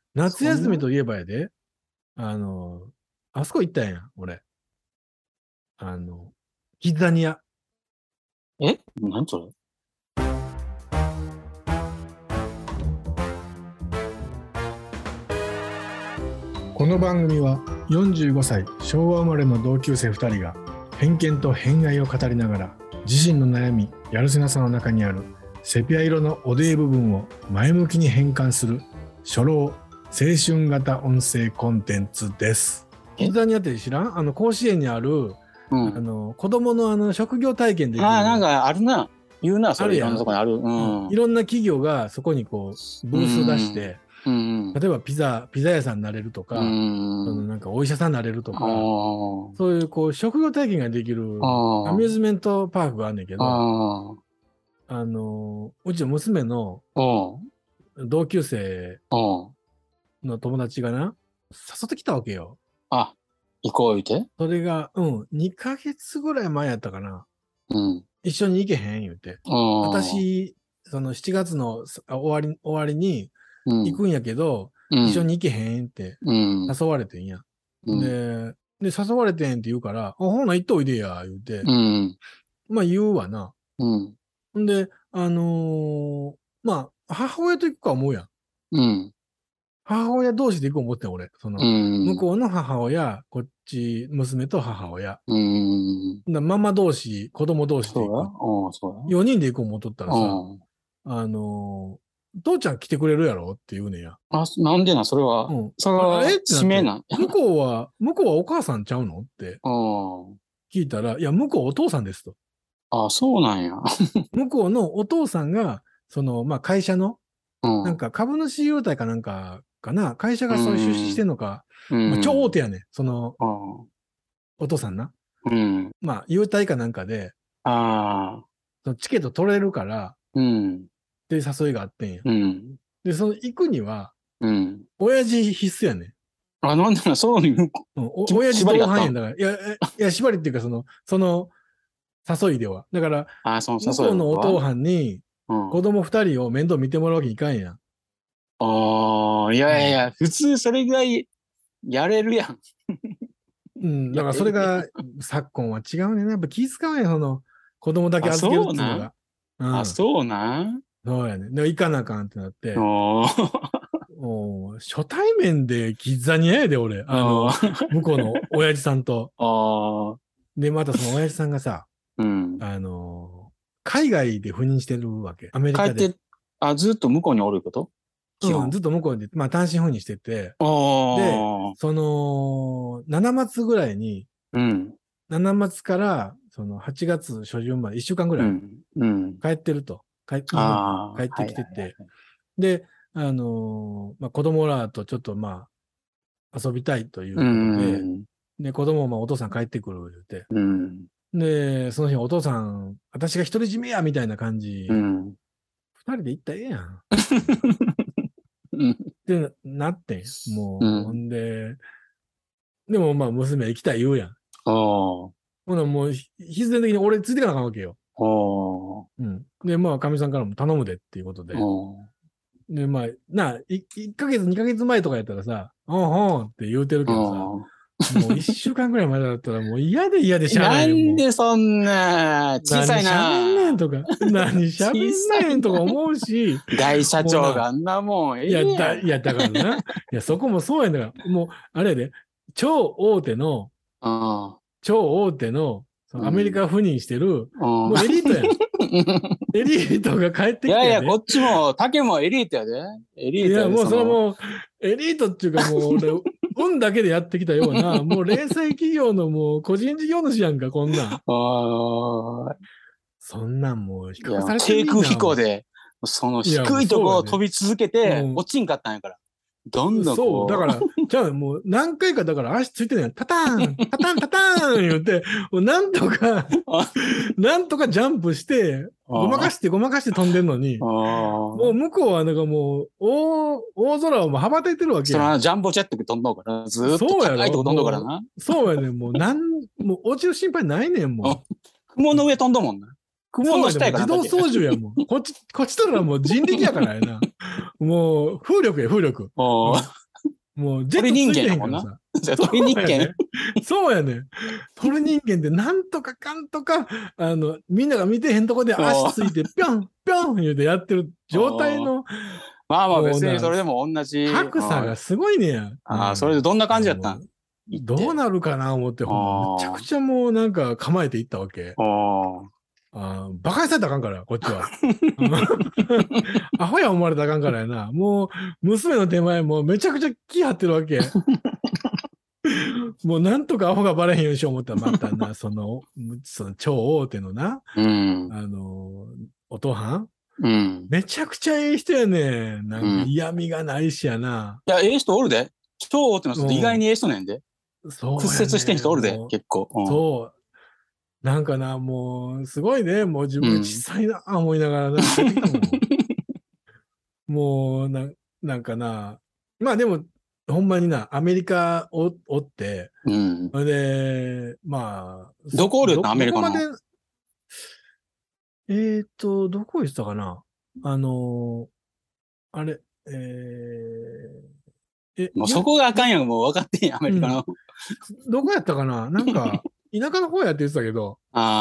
夏そんな休みといえばやで、あの、あそこ行ったんや、俺。あの、キッザニア。 何それ？ この番組は45歳昭和生まれの同級生2人が偏見と偏愛を語りながら自身の悩みやるせなさの中にあるセピア色のおでい部分を前向きに変換する初老青春型音声コンテンツです。キッザニアって知らん？甲子園にある、 うん。 子供の職業体験できる。 ああ、なんかあるな。言うな、それ。いろんなあるやん。 とこにある。うん。 いろんな企業がそこにこうブうース出しん。 て、 うん。 例えばピザ屋さんになれるとうか、 ん。 なんかお医者さんになれるとあか、 あ。 そういうこう職業体験ができるアミューあズメントパークがあんねんけあ。 ど、 ああ。 うちの娘のうん。 同級生うん。 の友達がな、誘ってきたわけよ。 あ、行こう言うて。 それが、2ヶ月ぐらい前やったかな。 うん。 一緒に行けへん言うて。 うん。 私、その7月の終わりにうん。 行くんやけど、一緒うん。 に行けへんってうん。 誘われてんや。 うん。 で、誘われてんって言うから、ほな行っといでや、言うて。 うん。 まあ言うわな。 うん。 んで、まあ、母親と行くか思うやん。 うん。 母親同士で行く思ってん、俺。 う向ん。 こうの母親、こっち、娘と母親。 うん。 ママ同士、子供同士でそうや。 行く。 うん、そうや。 4人で行く思っとったらさ、 うん。 父ちゃん来てくれるやろって言うねんや。 あ、なんでな、それは、 うん。 それは、 ってなって、 指名な。 向こうはお母さんちゃうのってうん。 聞いたら、いや、向こうお父さんですと。 あ、そうなんや。 向こうのお父さんが、まあ、会社の、 うん。 なんか株主優待かなんかかな、会社うがそういう出資してん。 んのか、 うまあ、超大ん。 手やねん。 うん。 お父さんな。 うん。 まあ、優待かなんかで、 ああ。 そのチケット取れるから、 うん。 っていう誘いがあってんや。 うん。 で、行くには、 うん。 親父必須やねん。 あ、なんでな、そういう親父縛りがあったん？ 同伴やんだから。いや、縛りっていうか、その誘いでは。だから、 あ、その向こう誘いは。 のお父さんに、 うん。 子供二人を面倒見てもらうわけにいかんやん。 ああ、いうん。 やいやいや、普通それぐらいやれるやん。 うん。だやからそれが、 れるやん。 昨今は違うねんな。やっぱ気遣うねん、子供だけあ、 預けるっそうなん？ つうのが。うあ、 ん。 そうなん？ そうやねん。で、行かなあかんってなって、 おー。 もう、初対面でキッザニアやで、俺。 おー。 向こうの親父さんと。 ああ。 で、またその親父さんがさ、 うん。 海外で赴任してるわけ。アメリカで。 帰って、あ、ずっと向こうにおること？基うん、 本。 ずっと向こうで、まあ単身赴任してて、 あで、 あ。 7月ぐらいに、 うん。 7月から8月初旬まで1週間ぐらいうん。うん。 帰ってると。日本にああ。 帰ってはいはいはい。 きてて、で、まあ子供らとちょっとまあ遊びたいといううことで、 ん。 で、子供もまあお父さん帰ってくる言うて、 うん。 で、その日お父さん、私が独り占めやみたいな感じ、 うん。 二人で行ったらええやん。っうん。 てなってん。もう、ほうん。 んで、でもまあ娘行きたい言うやん。 ああ。 ほなもう必然的に俺ついてかなあかんわけよ。 ああ。 うん。で、まあ、かみさんからも頼むでっていうことあで。 あ。 で、まあ、1ヶ月、2ヶ月前とかやったらさ、おんって言うてるあけどさ、 あ。 もう1週間ぐらい前だったらもう嫌でしゃあなないねん、もんでそんな、 う。 小さい何喋んねんな。 とか、何喋小んさいな。 ねんとか思うし、 大社もうな、 長があんなもん、ええやん。 だからな、そこもそうやんだから、もう、あれやで、超大手の、 ああ。 超大手の、そのアメリうん。 カ赴任してる、 うん。 もうエリートやん。エリートが帰っていやいや、こきてやで。 っちも、竹もエリートやで。エリートやで、 もうその、 それはもう、エリートっていうかもう俺、運だけでやってきたような、もう零細企業のもう個人事業主やんか、こんなん。 ああ、 そんなんもう比いや、 較されて低空飛みんな、も行で、そのう。いや、もう低いとこを飛そうやで。 び続けて、 う落ちんかったんやから。どんん。 どんそう。だこから、じゃあもう何回かだから足ついてるやん。タターン、タタン、タターン言って、もうなんとか、 う、あなんとかジャンプして、ごまかあ、 してごまかして飛んでんのに、 あもうあ、 向こうはなんかもう、大空をもう羽ばたいてるわけやん。 そのジャンボジェット機飛んどうから、ずーっとそうやろ高いとこ飛んどうからもな。 う、そうやねん。もう落ちる心配ないねん、もあ、 う。 雲の上飛んどもんな。雲そうやで、 の下やからな、 もう自動竹。 操縦やもん。こっちとらもう人力やからやな。もう、風力や、風力。うおー。 ん。 もうジェットついてへんからさ。 鳥人間。 そうやね。鳥人間ってなんとかかんとか、みんなが見てへんとこで足ついて、ぴょん、ぴょん言うてやってる状態の、 まあまあもう別にそれでも同じ。 格差がすごいねや。 ああ、それでどんな感じやったん？ どうなるかな思って、ほんま、めちゃくちゃもうなんか構えていったわけ。バカにされたらあかんから、こっちは。アホや思われたらあかんからやな。もう、娘の手前もうめちゃくちゃ気張ってるわけ。もうなんとかアホがバレへんようにしよう思ったら、またな、その超大手のな、お父はんめちゃくちゃええ人やねん。なんか嫌味がないしやな。 いや、ええ人おるで。超大手の人って意外にええ人ねんで。 そう屈折してん人おるで、結構。 そう。なんかな、もう、すごいね。もう自分小さいな、思いながらな、帰ってきたもん。もうなんかな、まあでも、ほんまにな、アメリカおって、で、まあ、 どこおるよアメリカの。 どこ行ってたかな、あれ、 もうそこがあかんやん、もう分かってんやん、アメリカの。 どこやったかな、なんか、田舎の方やって言ってたけど、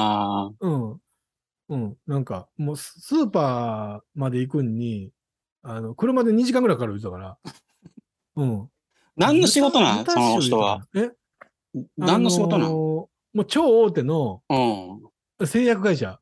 なんか、もうスーパーまで行くんに、車で2時間ぐらいかかる言ってたから、 何の仕事なんその人は。何の仕事なん？ もう超大手の製薬会社。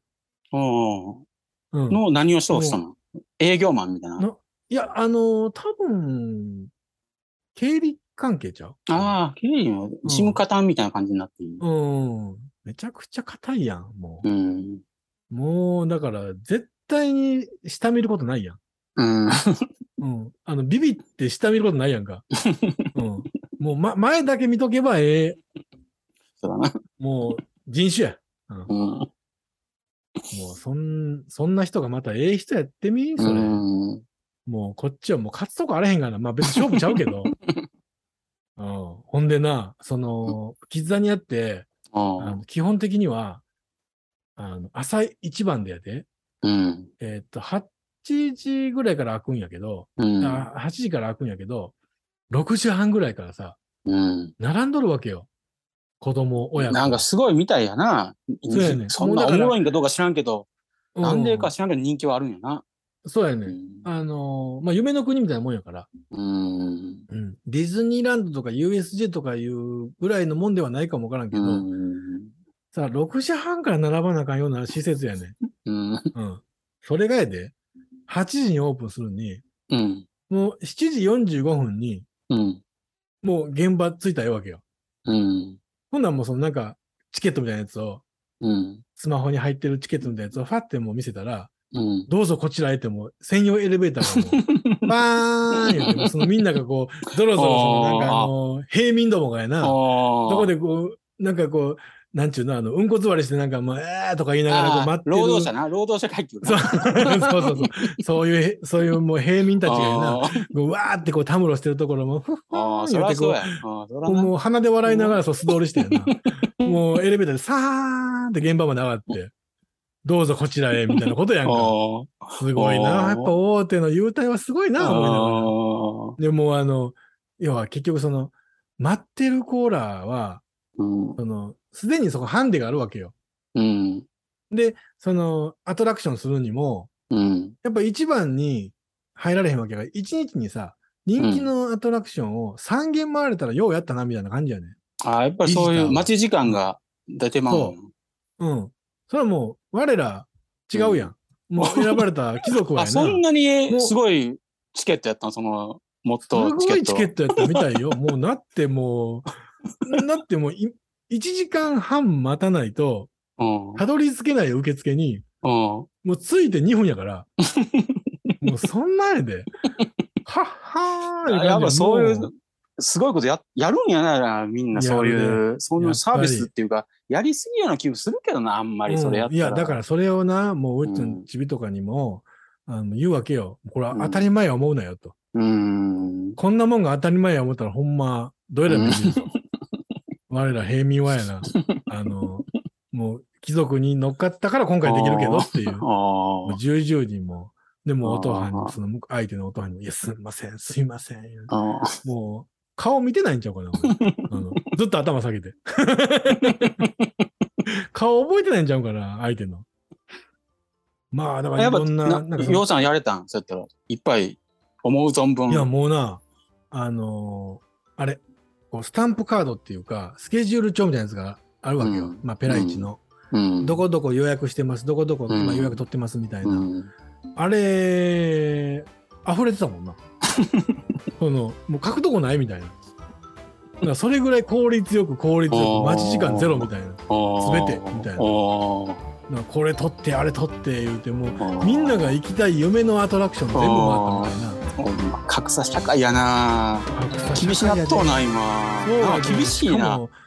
の何をしてほしいの？営業マンみたいな。 いや、多分、経理関係ちゃう？ ああ、経理の事務方みたいな感じになっている。 めちゃくちゃ硬いやん、もう。もう、だから、絶対に下見ることないやん。ビビって下見ることないやんか。もう、前だけ見とけばええ。 そうだな。 もう、人種や。もう、そんな人がまたええ人やってみそれ。もう、こっちはもう勝つとこあれへんがな。まあ別に勝負ちゃうけど。ほんでな、キッザニアって、基本的には、朝一番でやで、8時ぐらいから開くんやけど、8時から開くんやけど、6時半ぐらいからさ、並んどるわけよ。子供、親子。 なんかすごいみたいやな。 そうやね。 そんなおもろいんかどうか知らんけど、なんでか知らんけど人気はあるんやな。 そうやね。まあ、夢の国みたいなもんやから。ディズニーランドとか USJ とかいうぐらいのもんではないかもわからんけど、さあ、6時半から並ばなあかんような施設やね。それがやで、8時にオープンするに、もう7時45分に、もう現場着いたらええわけよ。ほんならもうなんか、チケットみたいなやつを、スマホに入ってるチケットみたいなやつをファってもう見せたら、どうぞこちらへっても、専用エレベーターがもう、バーン言って、そのみんながこう、ぞろぞろなんか平民どもがやな、そこでこう、なんかこう、なんちゅうの、うんこ座りしてなんかもう、とか言いながらこう待ってる。 労働者な、労働者階級そうそう。そういうもう平民たちがやな、わーってこうたむろしてるところも、ふっふーん言ってこう、もう鼻で笑いながら素通りしてやな。もうエレベーターでさーんって現場まで上がって、どうぞこちらへ、みたいなことやんか。すごいな。やっぱ大手の優待はすごいな、思いながら。でも要は結局待ってるコーラは、すでにそこハンデがあるわけよ。で、アトラクションするにも、やっぱ一番に入られへんわけが、一日にさ、人気のアトラクションを3軒回れたらようやったな、みたいな感じやね。 やっぱりそういう待ち時間が出てまう。 それはもう、我ら違うやん。もう選ばれた貴族はやな。 そんなにすごいチケットやったの？もっとすごいチケットやったみたいよ。もうなっても1時間半待たないと、たどり着けない受付に、もうついて2分やから、もうそんなんやで。はっはーやっぱそういう、すごいことやるんやな、みんなそういうサービスっていうか、やりすぎような気もするけどな、あんまりそれやったら。 いや、だからそれをな、もううちのちびとかにも、言うわけよ。これは当たり前や思うなよと。こんなもんが当たり前や思ったらほんま、どえらい目に。我ら平民はやな。もう貴族に乗っかったから今回できるけどっていう。重々にも。でも、相手のお父さんにも、いや、すいません。も顔見てないんちゃうかな。ずっと頭下げて。顔覚えてないんちゃうかな、相手の。まあ、だからいろんな。 ようさんやれたんそうやったら、いっぱい思う存分。 いや、もうな、あれ、こうスタンプカードっていうか、スケジュール帳みたいなやつがあるわけよ。まあ、ペライチの。どこどこ予約してます、どこどこ今予約取ってますみたいな。あれ、溢れてたもんな。もう書くとこないみたいな。だからそれぐらい効率よく待ち時間ゼロみたいな。すべてみたいな。これ取ってあれ取って言うてもみんなが行きたい夢のアトラクション全部回ったみたいな。 格差社会やな。厳しなっとうな今。そう厳しいな。